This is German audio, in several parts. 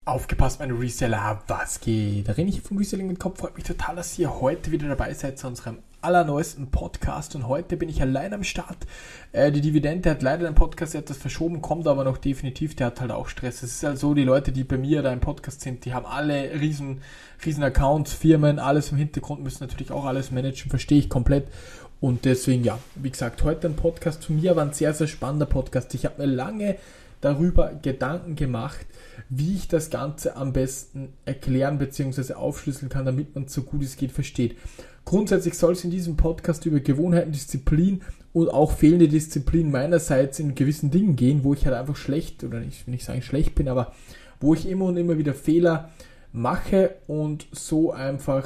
Aufgepasst, meine Reseller, was geht? Da rede ich vom Reselling mit Kopf. Freut mich total, dass ihr heute wieder dabei seid zu unserem allerneuesten Podcast. Und heute bin ich allein am Start. Die Dividende hat leider den Podcast etwas verschoben, kommt aber noch definitiv. Der hat halt auch Stress. Es ist halt so, die Leute, die bei mir da im Podcast sind, die haben alle riesen Accounts, Firmen, alles im Hintergrund, müssen natürlich auch alles managen, verstehe ich komplett. Und deswegen, ja, wie gesagt, heute ein Podcast von mir, war ein sehr, sehr spannender Podcast. Ich habe mir lange darüber Gedanken gemacht, wie ich das Ganze am besten erklären bzw. aufschlüsseln kann, damit man es so gut es geht versteht. Grundsätzlich soll es in diesem Podcast über Gewohnheiten, Disziplin und auch fehlende Disziplin meinerseits in gewissen Dingen gehen, wo ich halt einfach schlecht, oder ich will nicht sagen schlecht bin, aber wo ich immer und immer wieder Fehler mache und so einfach,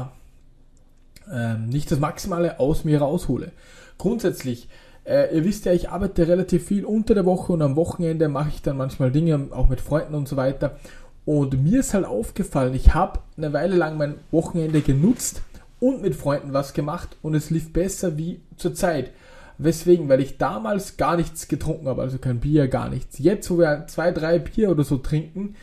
nicht das Maximale aus mir raushole. Grundsätzlich, ihr wisst ja, ich arbeite relativ viel unter der Woche und am Wochenende mache ich dann manchmal Dinge, auch mit Freunden und so weiter. Und mir ist halt aufgefallen, ich habe eine Weile lang mein Wochenende genutzt und mit Freunden was gemacht und es lief besser wie zur Zeit. Weswegen? Weil ich damals gar nichts getrunken habe, also kein Bier, gar nichts. Jetzt, wo wir 2-3 Bier oder so trinken,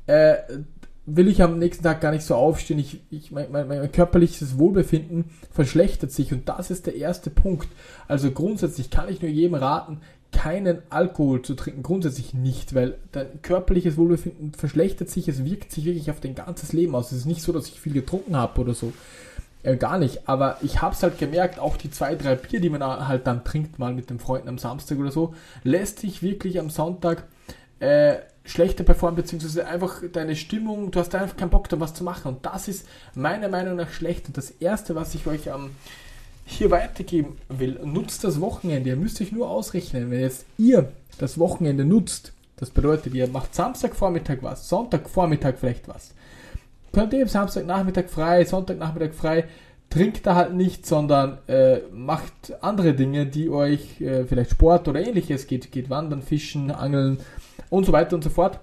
will ich am nächsten Tag gar nicht so aufstehen. Mein körperliches Wohlbefinden verschlechtert sich und das ist der erste Punkt. Also grundsätzlich kann ich nur jedem raten, keinen Alkohol zu trinken. Grundsätzlich nicht, weil dein körperliches Wohlbefinden verschlechtert sich. Es wirkt sich wirklich auf dein ganzes Leben aus. Es ist nicht so, dass ich viel getrunken habe oder so. Gar nicht. Aber ich habe es halt gemerkt, auch die 2-3 Bier, die man halt dann trinkt, mal mit den Freunden am Samstag oder so, lässt sich wirklich am Sonntag schlechter performen, beziehungsweise einfach deine Stimmung, du hast einfach keinen Bock da was zu machen und das ist meiner Meinung nach schlecht und das erste, was ich euch hier weitergeben will, nutzt das Wochenende, ihr müsst euch nur ausrechnen, wenn jetzt ihr das Wochenende nutzt, das bedeutet, ihr macht Samstagvormittag was, Sonntagvormittag vielleicht was, könnt ihr Samstagnachmittag frei, Sonntagnachmittag frei, trinkt da halt nicht, sondern macht andere Dinge, die euch vielleicht Sport oder ähnliches, geht wandern, fischen, angeln und so weiter und so fort.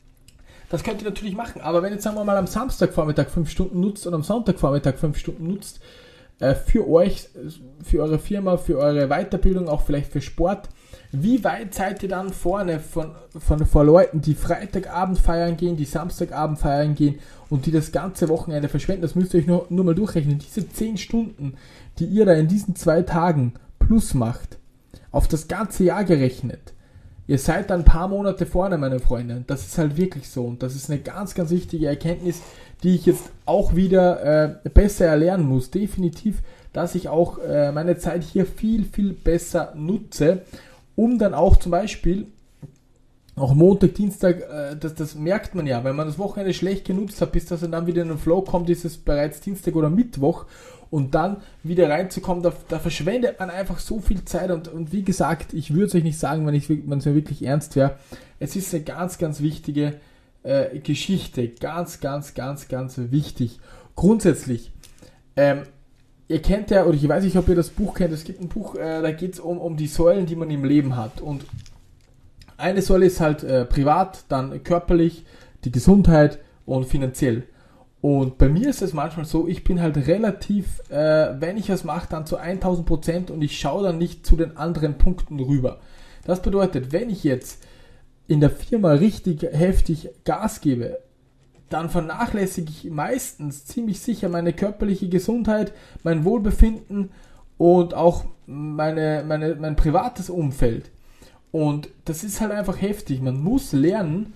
Das könnt ihr natürlich machen, aber wenn jetzt sagen wir mal am Samstagvormittag 5 Stunden nutzt und am Sonntagvormittag 5 Stunden nutzt, für euch, für eure Firma, für eure Weiterbildung, auch vielleicht für Sport, wie weit seid ihr dann vorne vor Leuten, die Freitagabend feiern gehen, die Samstagabend feiern gehen und die das ganze Wochenende verschwenden? Das müsst ihr euch nur mal durchrechnen. Diese 10 Stunden, die ihr da in diesen 2 Tagen plus macht, auf das ganze Jahr gerechnet, ihr seid dann ein paar Monate vorne, meine Freunde. Das ist halt wirklich so. Und das ist eine ganz, ganz wichtige Erkenntnis, die ich jetzt auch wieder besser erlernen muss. Definitiv, dass ich auch meine Zeit hier viel, viel besser nutze, um dann auch zum Beispiel auch Montag, Dienstag, das merkt man ja, wenn man das Wochenende schlecht genutzt hat, bis das dann wieder in den Flow kommt, ist es bereits Dienstag oder Mittwoch und dann wieder reinzukommen, da verschwendet man einfach so viel Zeit und wie gesagt, ich würde es euch nicht sagen, wenn es mir wirklich ernst wäre, es ist eine ganz, ganz wichtige Geschichte, ganz, ganz, ganz, ganz wichtig. Grundsätzlich, ihr kennt ja, oder ich weiß nicht, ob ihr das Buch kennt, es gibt ein Buch, da geht es um die Säulen, die man im Leben hat und eine Säule ist halt privat, dann körperlich, die Gesundheit und finanziell. Und bei mir ist es manchmal so, ich bin halt relativ, wenn ich was mache, dann zu 1000% und ich schaue dann nicht zu den anderen Punkten rüber. Das bedeutet, wenn ich jetzt in der Firma richtig heftig Gas gebe, dann vernachlässige ich meistens ziemlich sicher meine körperliche Gesundheit, mein Wohlbefinden und auch mein privates Umfeld. Und das ist halt einfach heftig. Man muss lernen,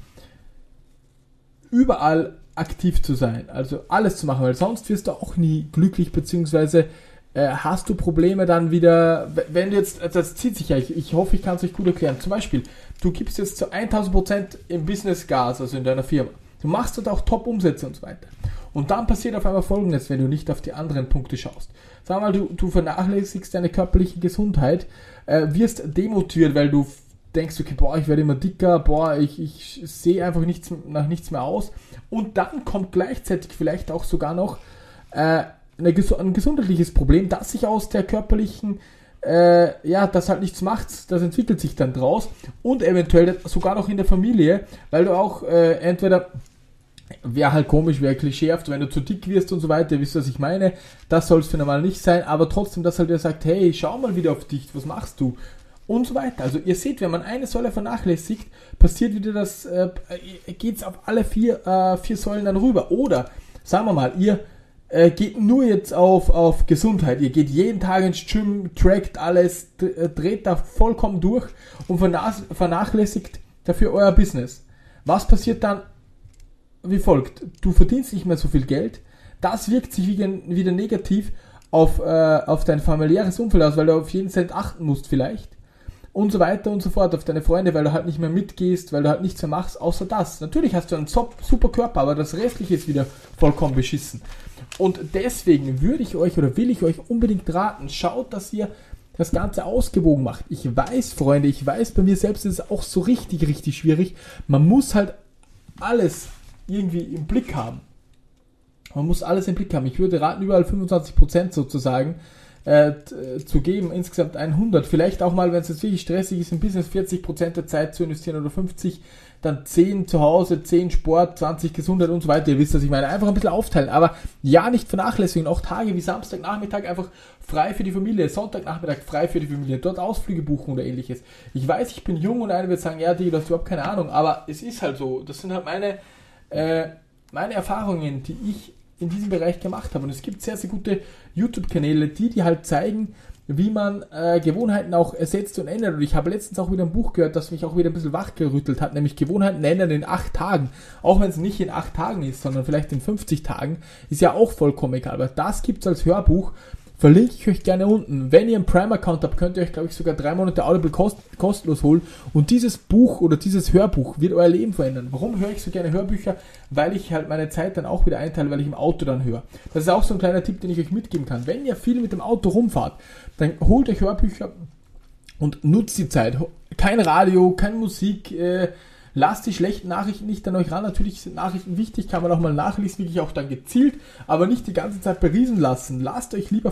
überall aktiv zu sein, also alles zu machen, weil sonst wirst du auch nie glücklich, beziehungsweise hast du Probleme dann wieder, wenn du jetzt, das zieht sich ja, ich hoffe, ich kann es euch gut erklären. Zum Beispiel, du gibst jetzt zu 1000% im Business Gas, also in deiner Firma. Du machst dort auch Top-Umsätze und so weiter. Und dann passiert auf einmal Folgendes, wenn du nicht auf die anderen Punkte schaust. Sag mal, du vernachlässigst deine körperliche Gesundheit, wirst demotiviert, weil du denkst, okay, ich werde immer dicker, ich sehe einfach nach nichts mehr aus. Und dann kommt gleichzeitig vielleicht auch sogar noch ein gesundheitliches Problem, das sich aus der körperlichen, das halt nichts macht, das entwickelt sich dann draus und eventuell sogar noch in der Familie, weil du auch entweder, wäre halt komisch, wäre klischeehaft, wenn du zu dick wirst und so weiter, wisst ihr, was ich meine, das soll es für normal nicht sein, aber trotzdem, dass halt der sagt, hey, schau mal wieder auf dich, was machst du? und so weiter. Also ihr seht, wenn man eine Säule vernachlässigt, passiert wieder das, geht es auf alle vier Säulen dann rüber. Oder, sagen wir mal, ihr geht nur jetzt auf Gesundheit. Ihr geht jeden Tag ins Gym, trackt alles, dreht da vollkommen durch und vernachlässigt dafür euer Business. Was passiert dann wie folgt? Du verdienst nicht mehr so viel Geld. Das wirkt sich wieder negativ auf dein familiäres Umfeld aus, weil du auf jeden Cent achten musst vielleicht. Und so weiter und so fort, auf deine Freunde, weil du halt nicht mehr mitgehst, weil du halt nichts mehr machst, außer das. Natürlich hast du einen super Körper, aber das Restliche ist wieder vollkommen beschissen. Und deswegen will ich euch unbedingt raten, schaut, dass ihr das Ganze ausgewogen macht. Ich weiß, Freunde, bei mir selbst ist es auch so richtig schwierig. Man muss halt alles irgendwie im Blick haben. Ich würde raten, überall 25% sozusagen zu geben, insgesamt 100. Vielleicht auch mal, wenn es jetzt wirklich stressig ist, im Business 40% der Zeit zu investieren oder 50%, dann 10 zu Hause, 10 Sport, 20 Gesundheit und so weiter. Ihr wisst, was ich meine. Einfach ein bisschen aufteilen, aber ja, nicht vernachlässigen. Auch Tage wie Samstagnachmittag einfach frei für die Familie, Sonntagnachmittag frei für die Familie, dort Ausflüge buchen oder ähnliches. Ich weiß, ich bin jung und einer wird sagen, ja, Digi, du hast überhaupt keine Ahnung, aber es ist halt so. Das sind halt meine Erfahrungen, die ich in diesem Bereich gemacht habe. Und es gibt sehr gute YouTube-Kanäle, die halt zeigen, wie man Gewohnheiten auch ersetzt und ändert. Und ich habe letztens auch wieder ein Buch gehört, das mich auch wieder ein bisschen wachgerüttelt hat, nämlich Gewohnheiten ändern in 8 Tagen. Auch wenn es nicht in 8 Tagen ist, sondern vielleicht in 50 Tagen, ist ja auch vollkommen egal. Aber das gibt es als Hörbuch. Verlinke ich euch gerne unten. Wenn ihr einen Prime-Account habt, könnt ihr euch, glaube ich, sogar 3 Monate Audible kostenlos holen. Und dieses Buch oder dieses Hörbuch wird euer Leben verändern. Warum höre ich so gerne Hörbücher? Weil ich halt meine Zeit dann auch wieder einteile, weil ich im Auto dann höre. Das ist auch so ein kleiner Tipp, den ich euch mitgeben kann. Wenn ihr viel mit dem Auto rumfahrt, dann holt euch Hörbücher und nutzt die Zeit. Kein Radio, keine Musik, lasst die schlechten Nachrichten nicht an euch ran. Natürlich sind Nachrichten wichtig, kann man auch mal nachlesen, wirklich auch dann gezielt, aber nicht die ganze Zeit berieseln lassen. Lasst euch lieber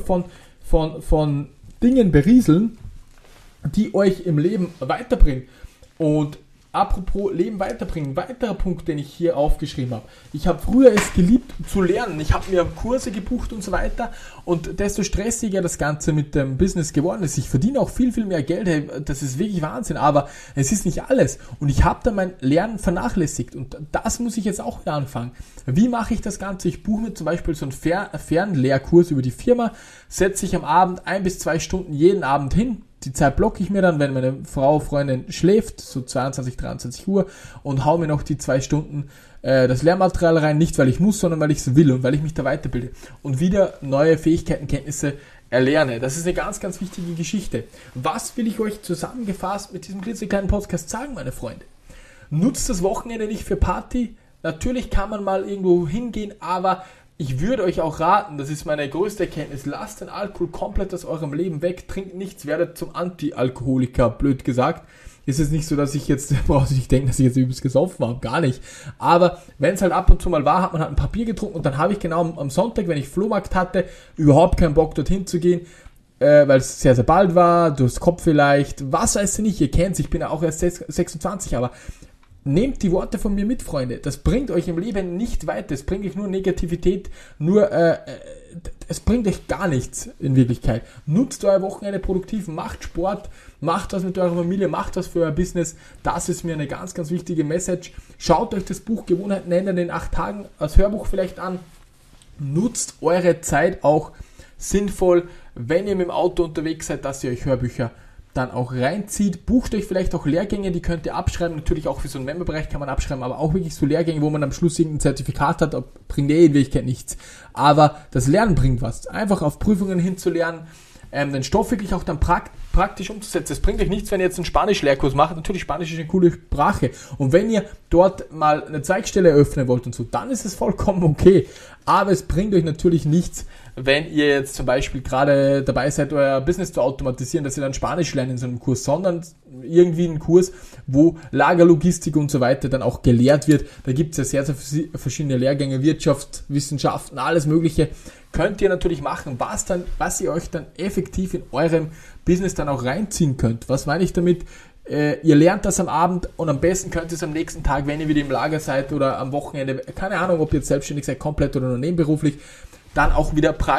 von Dingen berieseln, die euch im Leben weiterbringen. Und apropos Leben weiterbringen, weiterer Punkt, den ich hier aufgeschrieben habe. Ich habe früher es geliebt zu lernen. Ich habe mir Kurse gebucht und so weiter. Und desto stressiger das Ganze mit dem Business geworden ist. Ich verdiene auch viel mehr Geld. Hey, das ist wirklich Wahnsinn. Aber es ist nicht alles. Und ich habe dann mein Lernen vernachlässigt. Und das muss ich jetzt auch wieder anfangen. Wie mache ich das Ganze? Ich buche mir zum Beispiel so einen Fernlehrkurs über die Firma. Setze ich am Abend 1 bis 2 Stunden jeden Abend hin. Die Zeit blocke ich mir dann, wenn meine Freundin schläft, so 22, 23 Uhr, und hau mir noch die 2 Stunden das Lehrmaterial rein, nicht weil ich muss, sondern weil ich es will und weil ich mich da weiterbilde und wieder neue Fähigkeiten, Kenntnisse erlerne. Das ist eine ganz wichtige Geschichte. Was will ich euch zusammengefasst mit diesem klitzekleinen Podcast sagen, meine Freunde? Nutzt das Wochenende nicht für Party. Natürlich kann man mal irgendwo hingehen, aber ich würde euch auch raten, das ist meine größte Erkenntnis, lasst den Alkohol komplett aus eurem Leben weg, trinkt nichts, werdet zum Anti-Alkoholiker, blöd gesagt. Ist es nicht so, dass ich jetzt, brauchst du nicht denken, dass ich jetzt übelst gesoffen habe, gar nicht. Aber wenn es halt ab und zu mal war, hat man halt ein paar Bier getrunken und dann habe ich genau am Sonntag, wenn ich Flohmarkt hatte, überhaupt keinen Bock dorthin zu gehen, weil es sehr bald war, du hast Kopf vielleicht, was weiß ich nicht, ihr kennt's, ich bin ja auch erst 26, aber nehmt die Worte von mir mit, Freunde. Das bringt euch im Leben nicht weiter. Es bringt euch nur Negativität, es bringt euch gar nichts in Wirklichkeit. Nutzt euer Wochenende produktiv, macht Sport, macht was mit eurer Familie, macht was für euer Business. Das ist mir eine ganz wichtige Message. Schaut euch das Buch Gewohnheiten ändern in 8 Tagen als Hörbuch vielleicht an. Nutzt eure Zeit auch sinnvoll, wenn ihr mit dem Auto unterwegs seid, dass ihr euch Hörbücher dann auch reinzieht. Bucht euch vielleicht auch Lehrgänge, die könnt ihr abschreiben. Natürlich auch für so einen Memberbereich kann man abschreiben, aber auch wirklich so Lehrgänge, wo man am Schluss irgendein Zertifikat hat, bringt in Wirklichkeit nichts. Aber das Lernen bringt was. Einfach auf Prüfungen hinzulernen, den Stoff wirklich auch dann praktisch umzusetzen. Es bringt euch nichts, wenn ihr jetzt einen Spanisch-Lehrkurs macht. Natürlich, Spanisch ist eine coole Sprache. Und wenn ihr dort mal eine Zweigstelle eröffnen wollt und so, dann ist es vollkommen okay. Aber es bringt euch natürlich nichts, wenn ihr jetzt zum Beispiel gerade dabei seid, euer Business zu automatisieren, dass ihr dann Spanisch lernt in so einem Kurs, sondern irgendwie einen Kurs, wo Lagerlogistik und so weiter dann auch gelehrt wird. Da gibt es ja sehr verschiedene Lehrgänge, Wirtschaft, Wissenschaften, alles Mögliche. Könnt ihr natürlich machen, was ihr euch dann effektiv in eurem Business dann auch reinziehen könnt. Was meine ich damit? Ihr lernt das am Abend und am besten könnt ihr es am nächsten Tag, wenn ihr wieder im Lager seid oder am Wochenende, keine Ahnung, ob ihr jetzt selbstständig seid, komplett oder nur nebenberuflich, dann auch wieder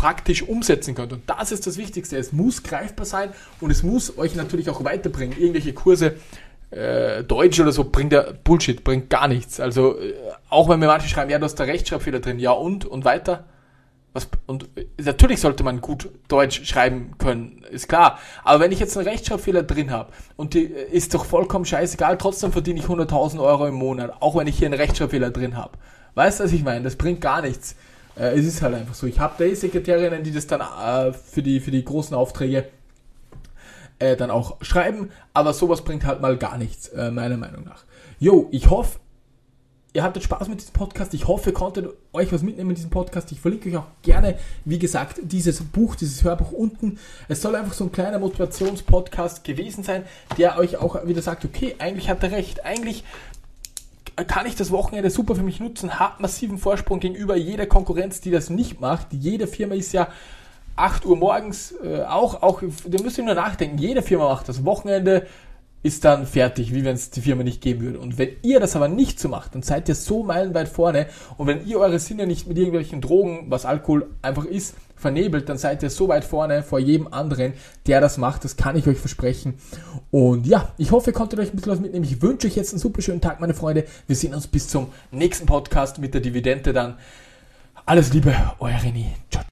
praktisch umsetzen könnt. Und das ist das Wichtigste. Es muss greifbar sein und es muss euch natürlich auch weiterbringen. Irgendwelche Kurse, Deutsch oder so, bringt ja Bullshit, bringt gar nichts. Also auch wenn mir manche schreiben, ja, du hast da Rechtschreibfehler drin, ja und weiter. Und natürlich sollte man gut Deutsch schreiben können, ist klar. Aber wenn ich jetzt einen Rechtschreibfehler drin habe und die ist doch vollkommen scheißegal, trotzdem verdiene ich 100.000 Euro im Monat, auch wenn ich hier einen Rechtschreibfehler drin habe. Weißt du, was ich meine? Das bringt gar nichts. Es ist halt einfach so. Ich habe da Sekretärinnen, die das dann für die großen Aufträge dann auch schreiben, aber sowas bringt halt mal gar nichts, meiner Meinung nach. Jo, ich hoffe, ihr hattet Spaß mit diesem Podcast. Ich hoffe, ihr konntet euch was mitnehmen in diesem Podcast. Ich verlinke euch auch gerne, wie gesagt, dieses Buch, dieses Hörbuch unten. Es soll einfach so ein kleiner Motivationspodcast gewesen sein, der euch auch wieder sagt, okay, eigentlich hat er recht. Eigentlich kann ich das Wochenende super für mich nutzen, habe massiven Vorsprung gegenüber jeder Konkurrenz, die das nicht macht. Jede Firma ist ja 8 Uhr morgens, auch, da müsst ihr nur nachdenken, jede Firma macht das. Wochenende ist dann fertig, wie wenn es die Firma nicht geben würde. Und wenn ihr das aber nicht so macht, dann seid ihr so meilenweit vorne. Und wenn ihr eure Sinne nicht mit irgendwelchen Drogen, was Alkohol einfach ist, vernebelt, dann seid ihr so weit vorne vor jedem anderen, der das macht. Das kann ich euch versprechen. Und ja, ich hoffe, ihr konntet euch ein bisschen was mitnehmen. Ich wünsche euch jetzt einen super schönen Tag, meine Freunde. Wir sehen uns bis zum nächsten Podcast mit der Dividende dann. Alles Liebe, euer René. Ciao.